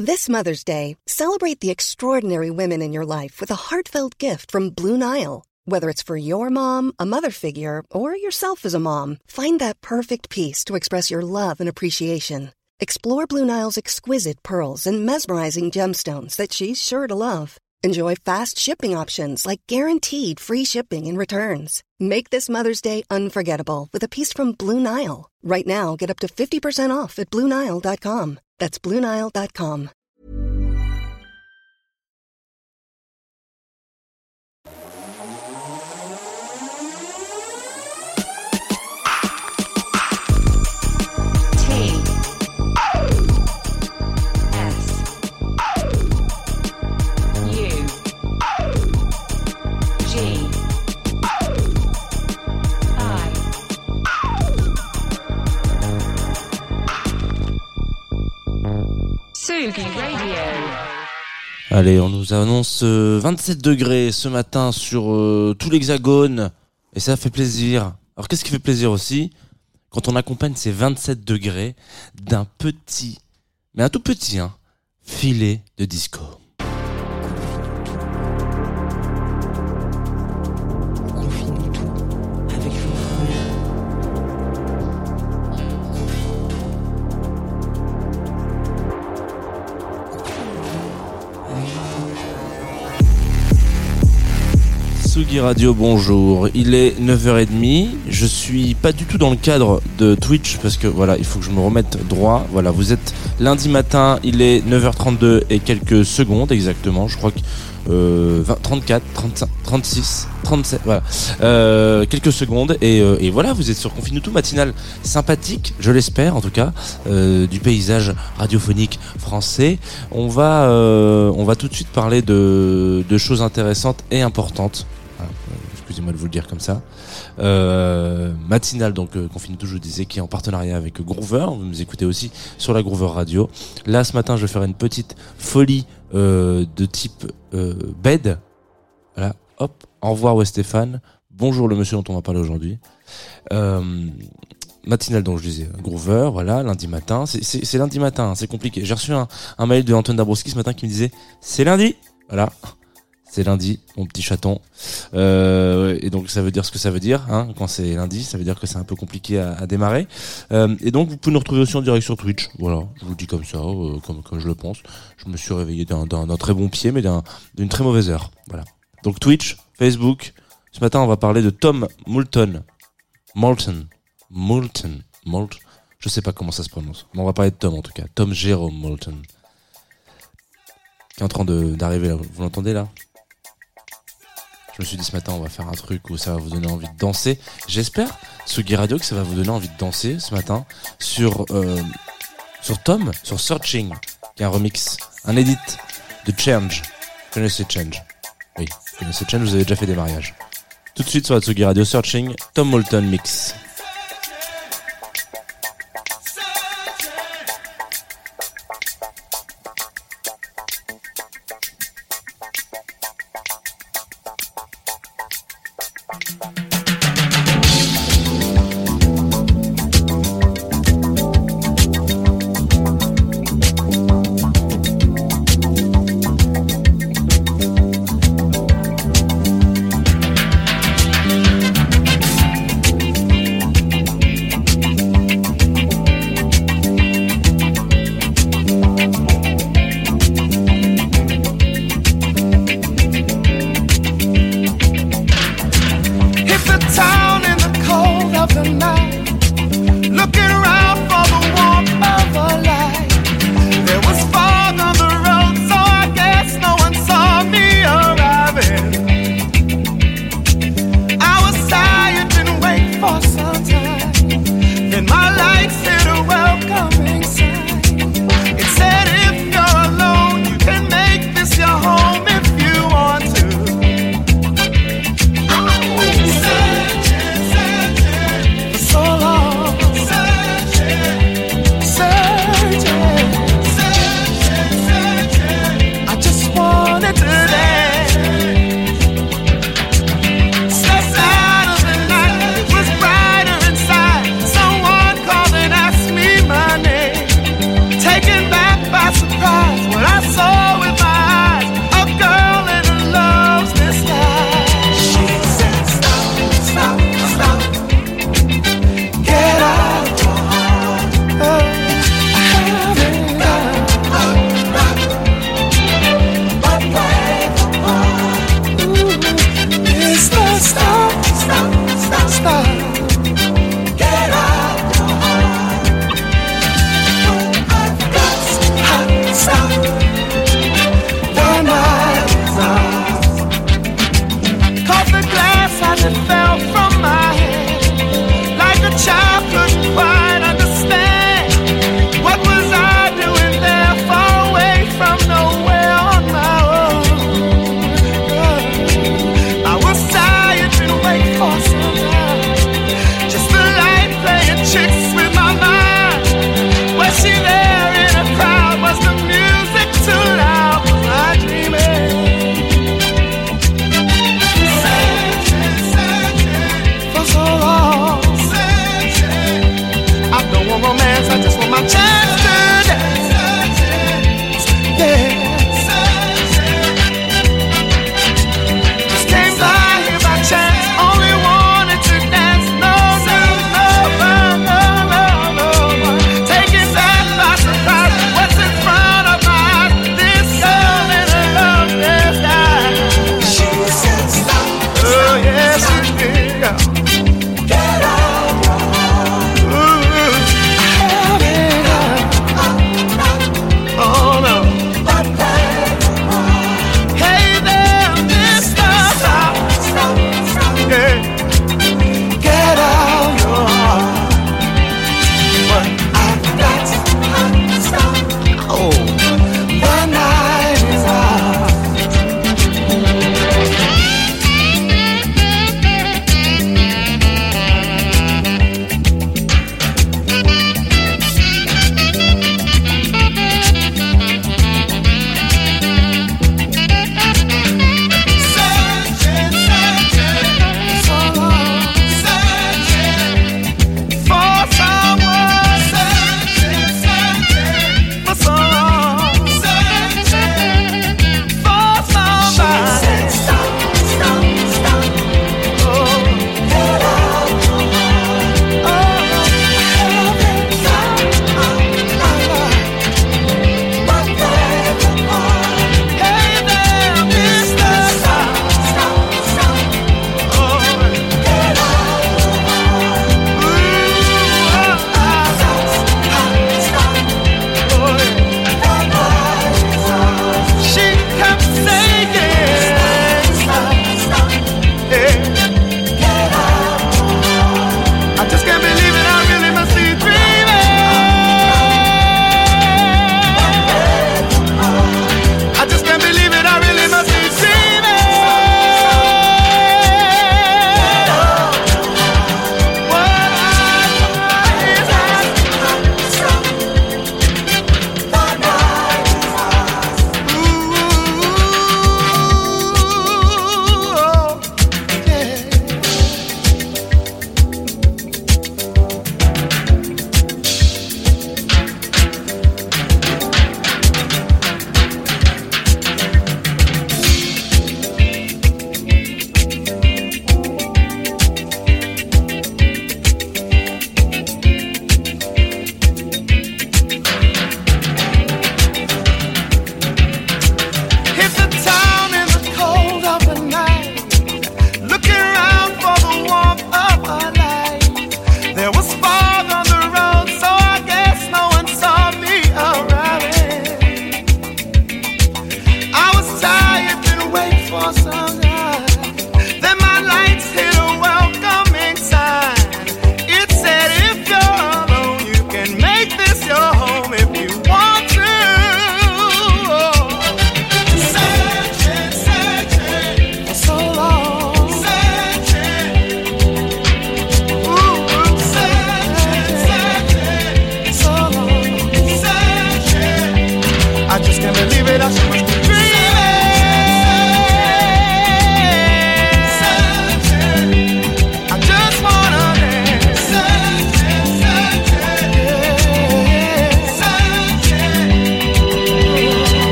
This Mother's Day, celebrate the extraordinary women in your life with a heartfelt gift from Blue Nile. Whether it's for your mom, a mother figure, or yourself as a mom, find that perfect piece to express your love and appreciation. Explore Blue Nile's exquisite pearls and mesmerizing gemstones that she's sure to love. Enjoy fast shipping options like guaranteed free shipping and returns. Make this Mother's Day unforgettable with a piece from Blue Nile. Right now, get up to 50% off at BlueNile.com. That's BlueNile.com. Tsugi Radio. Allez, on nous annonce 27 degrés ce matin sur tout l'Hexagone et ça fait plaisir. Alors qu'est-ce qui fait plaisir aussi quand on accompagne ces 27 degrés d'un petit, mais un tout petit, filet de disco. Tsugi Radio, bonjour. Il est 9h30. Je suis pas du tout dans le cadre de Twitch parce que voilà, il faut que je me remette droit. Voilà, vous êtes lundi matin, il est 9h32 et quelques secondes exactement. Je crois que 34, 35, 36, 37, voilà. Quelques secondes et voilà, vous êtes sur Confine tout, matinale sympathique, je l'espère en tout cas, du paysage radiophonique français. On va tout de suite parler de choses intéressantes et importantes. Excusez-moi de vous le dire comme ça. Matinale, donc Confine tout, je vous disais, qui est en partenariat avec Groover. Vous nous écoutez aussi sur la Groover Radio. Là, ce matin, je vais faire une petite folie de type bed. Voilà, hop, au revoir Westéphane. Bonjour le monsieur dont on va parler aujourd'hui. Matinale, donc je disais Groover, voilà, lundi matin. C'est lundi matin, c'est compliqué. J'ai reçu un mail de Antoine Dabrowski ce matin qui me disait c'est lundi. Voilà. C'est lundi, mon petit chaton. Et donc ça veut dire ce que ça veut dire, quand c'est lundi, ça veut dire que c'est un peu compliqué à démarrer. Et donc vous pouvez nous retrouver aussi en direct sur Twitch. Voilà, je vous le dis comme ça, comme je le pense. Je me suis réveillé d'un très bon pied, mais d'une très mauvaise heure. Voilà. Donc Twitch, Facebook. Ce matin, on va parler de Tom Moulton. Je sais pas comment ça se prononce, mais on va parler de Tom en tout cas. Tom Jerome Moulton, qui est en train d'arriver là. Vous l'entendez là? Je me suis dit ce matin, on va faire un truc où ça va vous donner envie de danser. J'espère, Tsugi Radio, que ça va vous donner envie de danser ce matin sur Tom, sur Searching, qui est un remix, un edit de Change. Vous connaissez Change? Oui, vous connaissez Change, vous avez déjà fait des mariages. Tout de suite sur la Tsugi Radio, Searching, Tom Moulton Mix.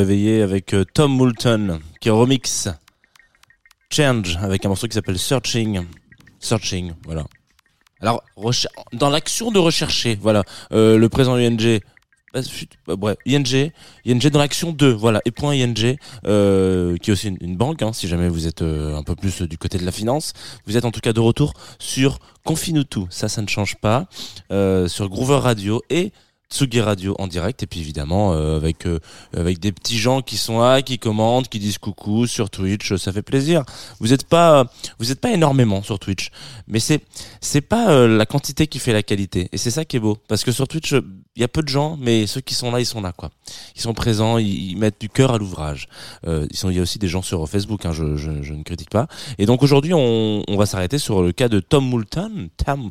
réveiller avec Tom Moulton qui remix Change avec un morceau qui s'appelle Searching, voilà. Alors dans l'action de rechercher, voilà, le présent ing. Bref, ING dans l'action 2, voilà, et point ING, qui est aussi une banque, hein, si jamais vous êtes un peu plus du côté de la finance. Vous êtes en tout cas de retour sur Confine-nous tout, ça ne change pas, sur Groover Radio et Tsugi Radio en direct, et puis évidemment avec des petits gens qui sont là, qui commentent, qui disent coucou sur Twitch, ça fait plaisir. Vous êtes pas énormément sur Twitch, mais c'est pas la quantité qui fait la qualité, et c'est ça qui est beau, parce que sur Twitch il y a peu de gens, mais ceux qui sont là, ils sont là, quoi. Ils sont présents, ils mettent du cœur à l'ouvrage. Il y a aussi des gens sur Facebook, hein, je ne critique pas. Et donc aujourd'hui, on va s'arrêter sur le cas de Tom Moulton.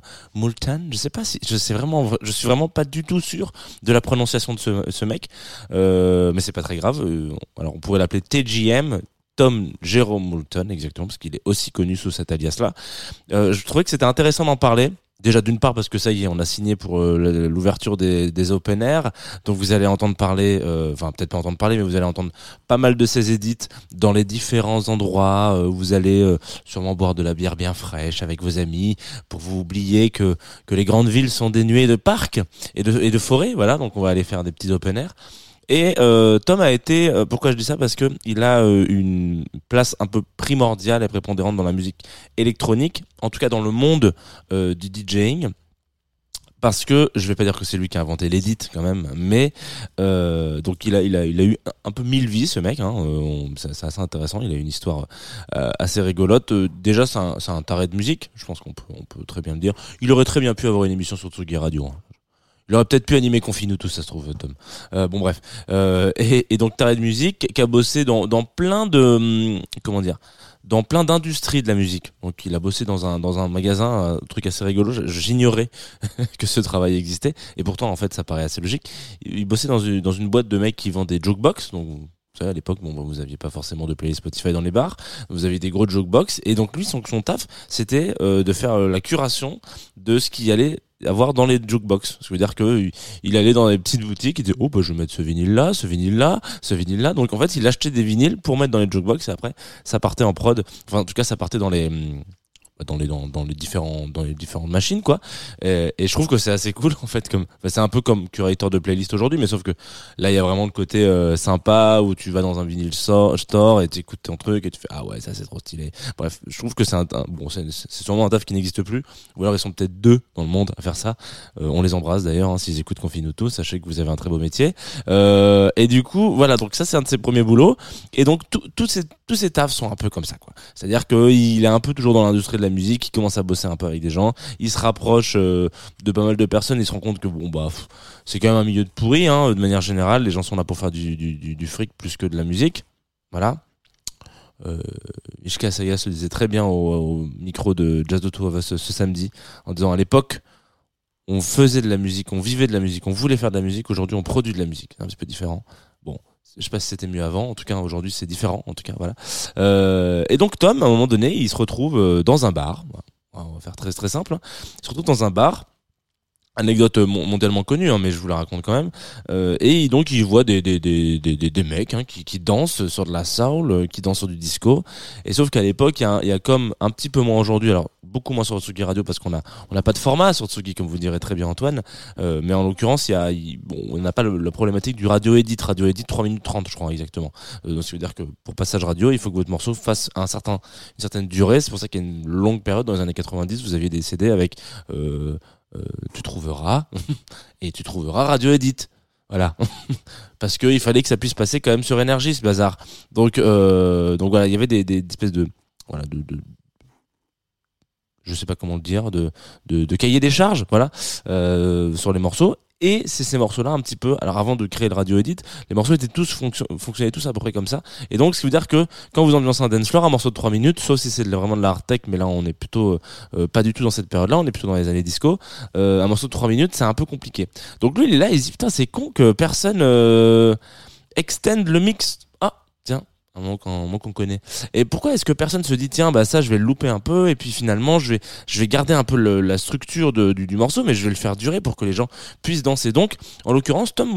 Je sais pas si, je suis vraiment pas du tout sûr de la prononciation de ce mec. Mais c'est pas très grave. Alors on pourrait l'appeler TJM. Tom Jerome Moulton, exactement, parce qu'il est aussi connu sous cet alias-là. Je trouvais que c'était intéressant d'en parler. Déjà d'une part parce que ça y est, on a signé pour l'ouverture des open air, donc vous allez entendre parler, enfin peut-être pas entendre parler, mais vous allez entendre pas mal de ces edits dans les différents endroits. Vous allez sûrement boire de la bière bien fraîche avec vos amis pour vous oublier que les grandes villes sont dénuées de parcs et de forêts. Voilà, donc on va aller faire des petits open air. Et Tom a été, pourquoi je dis ça, parce que il a une place un peu primordiale et prépondérante dans la musique électronique, en tout cas dans le monde du DJing, parce que je vais pas dire que c'est lui qui a inventé l'edit quand même, mais donc il a eu un peu 1000 vies, ce mec, hein, c'est assez intéressant. Il a une histoire assez rigolote. Déjà c'est un taré de musique, je pense qu'on peut très bien le dire. Il aurait très bien pu avoir une émission sur Tsugi Radio, hein. Il aurait peut-être pu animer Confine-nous tous, ça se trouve, Tom. Bon bref, et donc taré de musique qui a bossé dans plein de dans plein d'industries de la musique. Donc il a bossé dans un magasin, un truc assez rigolo. J'ignorais que ce travail existait, et pourtant en fait ça paraît assez logique. Il bossait dans une boîte de mecs qui vend des jukebox. Donc vous savez, à l'époque, vous aviez pas forcément de playlist Spotify dans les bars, vous aviez des gros jukebox, et donc lui son taf c'était de faire la curation de ce qui allait avoir dans les jukebox. Ce qui veut dire que il allait dans les petites boutiques, il disait je vais mettre ce vinyle là, ce vinyle là, ce vinyle là. Donc en fait il achetait des vinyles pour mettre dans les jukebox, et après ça partait en prod. Enfin en tout cas ça partait dans les différentes machines, quoi. Et je trouve que c'est assez cool en fait, c'est un peu comme curateur de playlist aujourd'hui, mais sauf que là il y a vraiment le côté sympa où tu vas dans un vinyle store et tu écoutes ton truc et tu fais ah ouais, ça c'est trop stylé. Bref, je trouve que c'est c'est sûrement un taf qui n'existe plus, ou alors ils sont peut-être 2 dans le monde à faire ça. On les embrasse d'ailleurs, hein, s'ils écoutent Confine-nous tous, sachez que vous avez un très beau métier. Et du coup voilà, donc ça c'est un de ses premiers boulots, et donc tous ces tafs sont un peu comme ça, quoi. C'est-à-dire que il est un peu toujours dans l'industrie de la musique, il commence à bosser un peu avec des gens, il se rapproche de pas mal de personnes, il se rend compte que c'est quand même un milieu de pourri, hein, de manière générale, les gens sont là pour faire du fric plus que de la musique, voilà. Ishka Saya se disait très bien au micro de Jazz de Two of Us ce samedi, en disant à l'époque on faisait de la musique, on vivait de la musique, on voulait faire de la musique, aujourd'hui on produit de la musique, c'est un petit peu différent. Bon, je sais pas si c'était mieux avant, en tout cas aujourd'hui c'est différent, en tout cas voilà. Et donc Tom, à un moment donné, il se retrouve dans un bar. On va faire très très simple. Il se retrouve dans un bar. Anecdote mondialement connue, hein, mais je vous la raconte quand même. Et donc il voit des mecs, hein, qui dansent sur de la soul, qui dansent sur du disco. Et sauf qu'à l'époque, il y a comme un petit peu moins aujourd'hui. Alors beaucoup moins sur Tsugi Radio parce qu'on a pas de format sur Tsugi, comme vous direz très bien Antoine. Mais en l'occurrence, on n'a pas la problématique du radio edit 3 minutes 30, je crois exactement. Donc ça veut dire que pour passage radio, il faut que votre morceau fasse une certaine durée. C'est pour ça qu'il y a une longue période dans les années 90, vous aviez des CD avec tu trouveras et tu trouveras Radio Edit, voilà. Parce que il fallait que ça puisse passer quand même sur énergie, ce bazar. Donc voilà, il y avait des espèces de je sais pas comment le dire, de cahier des charges, voilà, sur les morceaux. Et c'est ces morceaux-là un petit peu. Alors avant de créer le radio edit, les morceaux étaient fonctionnaient tous à peu près comme ça. Et donc, ce qui veut dire que quand vous ambiancez un dance floor, un morceau de 3 minutes, sauf si c'est vraiment de la hard tech, mais là on est plutôt pas du tout dans cette période-là, on est plutôt dans les années disco. Un morceau de 3 minutes, c'est un peu compliqué. Donc lui, il est là, il se dit putain, c'est con que personne extend le mix. Ah tiens, un mot qu'on connaît. Et pourquoi est-ce que personne se dit tiens bah ça je vais le louper un peu et puis finalement je vais garder un peu la structure du morceau mais je vais le faire durer pour que les gens puissent danser. Donc en l'occurrence Tommy,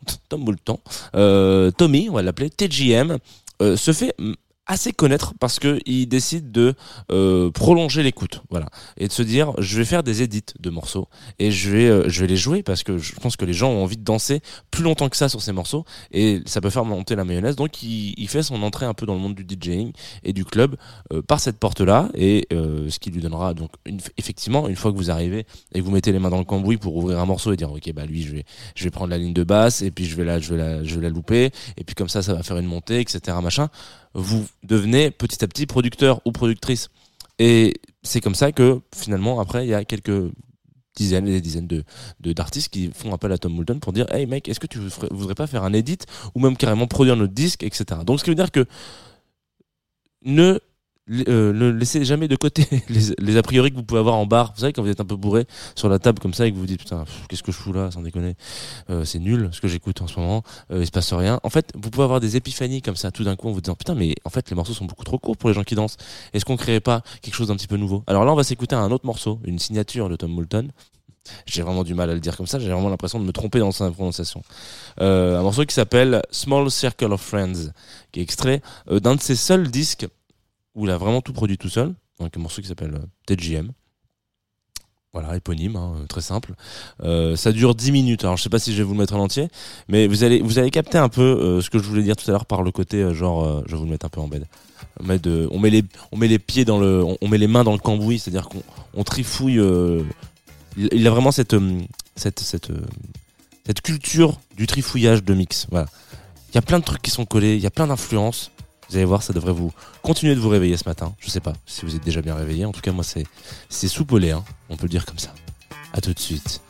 on va l'appeler TJM, se fait assez connaître parce que il décide de prolonger l'écoute, voilà, et de se dire je vais faire des edits de morceaux et je vais les jouer parce que je pense que les gens ont envie de danser plus longtemps que ça sur ces morceaux et ça peut faire monter la mayonnaise. Donc il fait son entrée un peu dans le monde du DJing et du club par cette porte-là et ce qui lui donnera donc effectivement une fois que vous arrivez et que vous mettez les mains dans le cambouis pour ouvrir un morceau et dire ok bah lui je vais prendre la ligne de basse et puis je vais la louper et puis comme ça va faire une montée etc machin. Vous devenez petit à petit producteur ou productrice. Et c'est comme ça que, finalement, après, il y a quelques dizaines et des dizaines d'artistes qui font appel à Tom Moulton pour dire « Hey mec, est-ce que tu voudrais pas faire un edit ou même carrément produire notre disque, etc. » Donc, ce qui veut dire que ne laissez jamais de côté les a priori que vous pouvez avoir en bar. Vous savez, quand vous êtes un peu bourré sur la table comme ça et que vous vous dites putain, qu'est-ce que je fous là, sans déconner, c'est nul ce que j'écoute en ce moment, il se passe rien. En fait, vous pouvez avoir des épiphanies comme ça tout d'un coup en vous disant putain, mais en fait les morceaux sont beaucoup trop courts pour les gens qui dansent. Est-ce qu'on créerait pas quelque chose d'un petit peu nouveau? Alors là, on va s'écouter un autre morceau, une signature de Tom Moulton. J'ai vraiment du mal à le dire comme ça, j'ai vraiment l'impression de me tromper dans sa prononciation. Un morceau qui s'appelle Small Circle of Friends, qui est extrait d'un de ses seuls disques où il a vraiment tout produit tout seul, donc un morceau qui s'appelle TJM. Voilà, éponyme, très simple. Ça dure 10 minutes. Alors je sais pas si je vais vous le mettre en entier, mais vous allez capter un peu ce que je voulais dire tout à l'heure par le côté je vais vous le mettre un peu en bed. On met les pieds dans on met les mains dans le cambouis, c'est-à-dire qu'on trifouille. Il a vraiment cette culture du trifouillage de mix. Voilà. Il y a plein de trucs qui sont collés, il y a plein d'influences. Vous allez voir, ça devrait vous continuer de vous réveiller ce matin. Je sais pas si vous êtes déjà bien réveillé. En tout cas, moi, c'est soupe au lait, hein. On peut le dire comme ça. À tout de suite.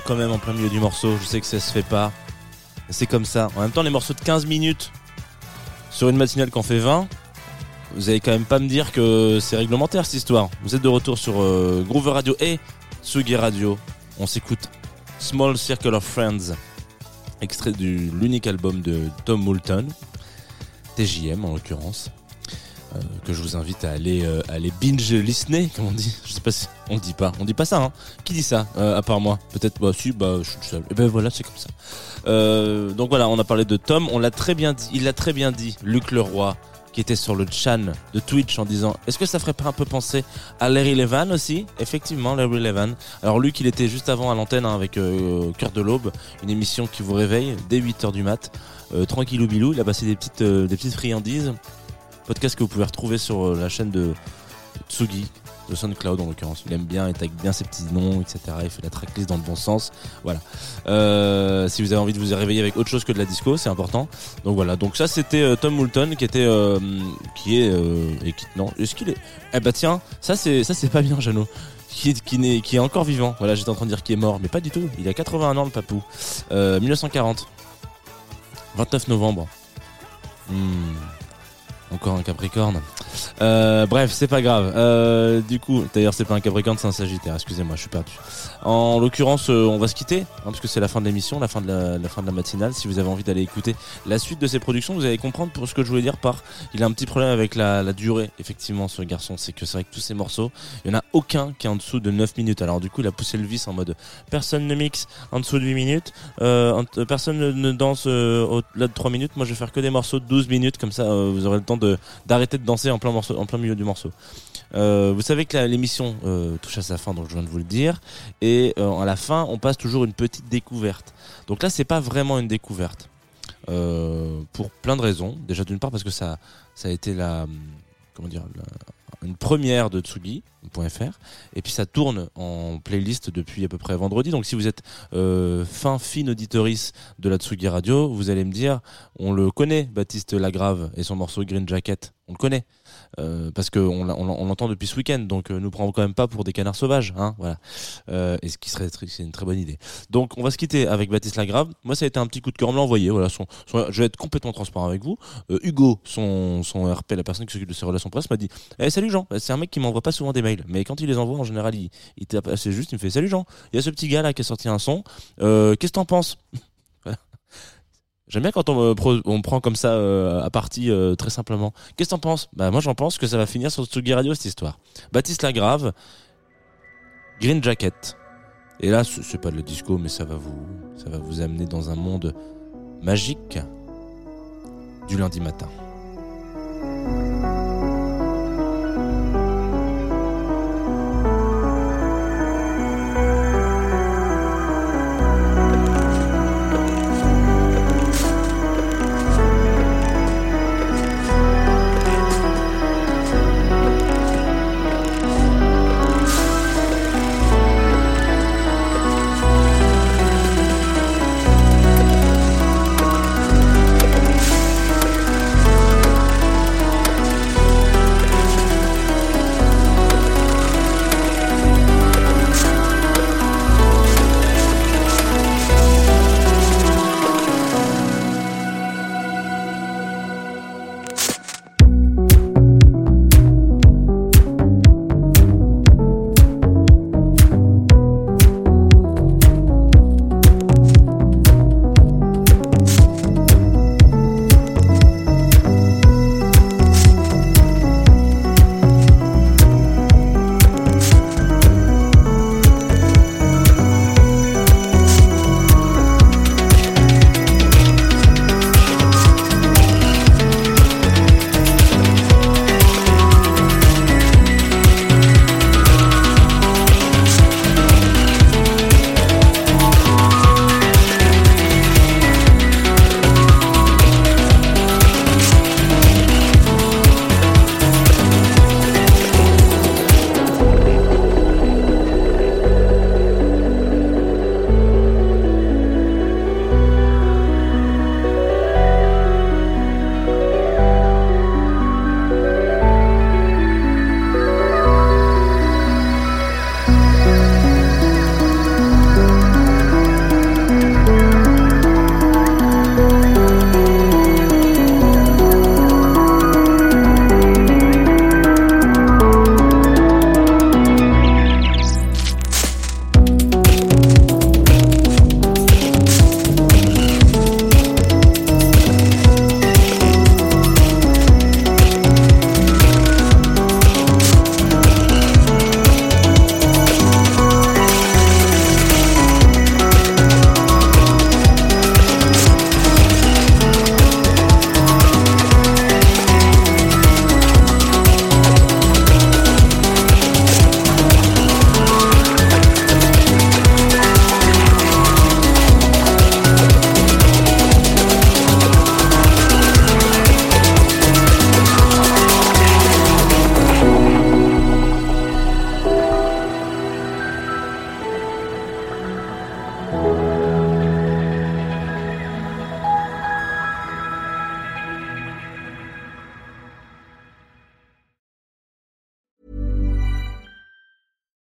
quand même en plein milieu du morceau. Je sais que ça se fait pas. C'est comme ça. En même temps, les morceaux de 15 minutes sur une matinale qui en fait 20, vous allez quand même pas me dire que c'est réglementaire cette histoire. Vous êtes de retour sur Groover Radio et Tsugi Radio. On s'écoute Small Circle of Friends, extrait de l'unique album de Tom Moulton, TJM en l'occurrence, que je vous invite à aller binge listener, comme on dit. Je sais pas si on dit pas ça, hein. Qui dit ça à part moi? Peut-être je suis tout seul. Et ben voilà, c'est comme ça. Donc voilà, on a parlé de Tom, il l'a très bien dit, Luc Leroy, qui était sur le chan de Twitch en disant est-ce que ça ferait pas un peu penser à Larry Levan aussi? Effectivement, Larry Levan. Alors Luc, il était juste avant à l'antenne avec Cœur de l'Aube, une émission qui vous réveille dès 8h du mat, tranquillou bilou. Il a passé des petites friandises, podcast que vous pouvez retrouver sur la chaîne de Tsugi, de SoundCloud en l'occurrence. Il aime bien, il tag bien ses petits noms, etc. Il fait la tracklist dans le bon sens. Voilà. Si vous avez envie de vous réveiller avec autre chose que de la disco, c'est important. Donc voilà. Donc ça, c'était Tom Moulton qui était, non, est-ce qu'il est? Eh bah tiens, ça c'est pas bien, Jeannot. Qui est encore vivant. Voilà, j'étais en train de dire qu'il est mort, mais pas du tout. Il a 81 ans, le papou. 1940. 29 novembre. Encore un Capricorne. Bref, c'est pas grave. Du coup, d'ailleurs, c'est pas un Capricorne, c'est un Sagittaire. Excusez-moi, je suis perdu. En l'occurrence, on va se quitter, parce que c'est la fin de l'émission, la fin de la matinale. Si vous avez envie d'aller écouter la suite de ces productions, vous allez comprendre pour ce que je voulais dire par. Il a un petit problème avec la durée. Effectivement, ce garçon, c'est que c'est vrai que tous ces morceaux, il y en a aucun qui est en dessous de 9 minutes. Alors du coup, il a poussé le vice en mode personne ne mixe en dessous de 8 minutes, personne ne danse au-delà de 3 minutes. Moi, je vais faire que des morceaux de 12 minutes, comme ça, vous aurez le temps d'arrêter de danser en plein milieu du morceau. Vous savez que l'émission touche à sa fin, donc je viens de vous le dire, et à la fin on passe toujours une petite découverte. Donc là c'est pas vraiment une découverte pour plein de raisons. Déjà d'une part parce que ça a été une première de Tsugi.fr, et puis ça tourne en playlist depuis à peu près vendredi. Donc si vous êtes fine auditorice de la Tsugi Radio, vous allez me dire, on le connaît, Baptiste Lagrave et son morceau Green Jacket, on le connaît. Parce que on l'entend depuis ce week-end, donc nous prend quand même pas pour des canards sauvages, hein, voilà. Et ce qui serait, c'est une très bonne idée. Donc on va se quitter avec Baptiste Lagrave. Moi ça a été un petit coup de cœur, on me l'a envoyé. Voilà, je vais être complètement transparent avec vous. Hugo, son RP, la personne qui s'occupe de ses relations presse, m'a dit salut Jean. C'est un mec qui m'envoie pas souvent des mails, mais quand il les envoie en général, il tape assez juste. Il me fait salut Jean. Il y a ce petit gars là qui a sorti un son. Qu'est-ce que t'en penses? J'aime bien quand on me prend comme ça à partie très simplement. Qu'est-ce que t'en penses? Bah moi j'en pense que ça va finir sur Tsugi Radio cette histoire. Baptiste Lagrave, Green Jacket. Et là c'est pas de la disco, mais ça va vous amener dans un monde magique du lundi matin.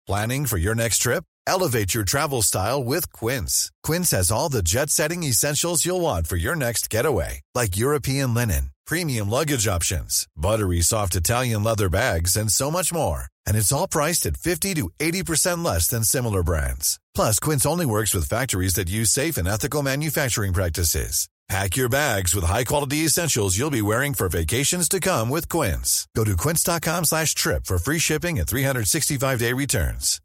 Planning for your next trip? Elevate your travel style with Quince. Quince has all the jet-setting essentials you'll want for your next getaway, like European linen, premium luggage options, buttery soft Italian leather bags, and so much more. And it's all priced at 50 to 80% less than similar brands. Plus, Quince only works with factories that use safe and ethical manufacturing practices. Pack your bags with high-quality essentials you'll be wearing for vacations to come with Quince. Go to quince.com/trip for free shipping and 365-day returns.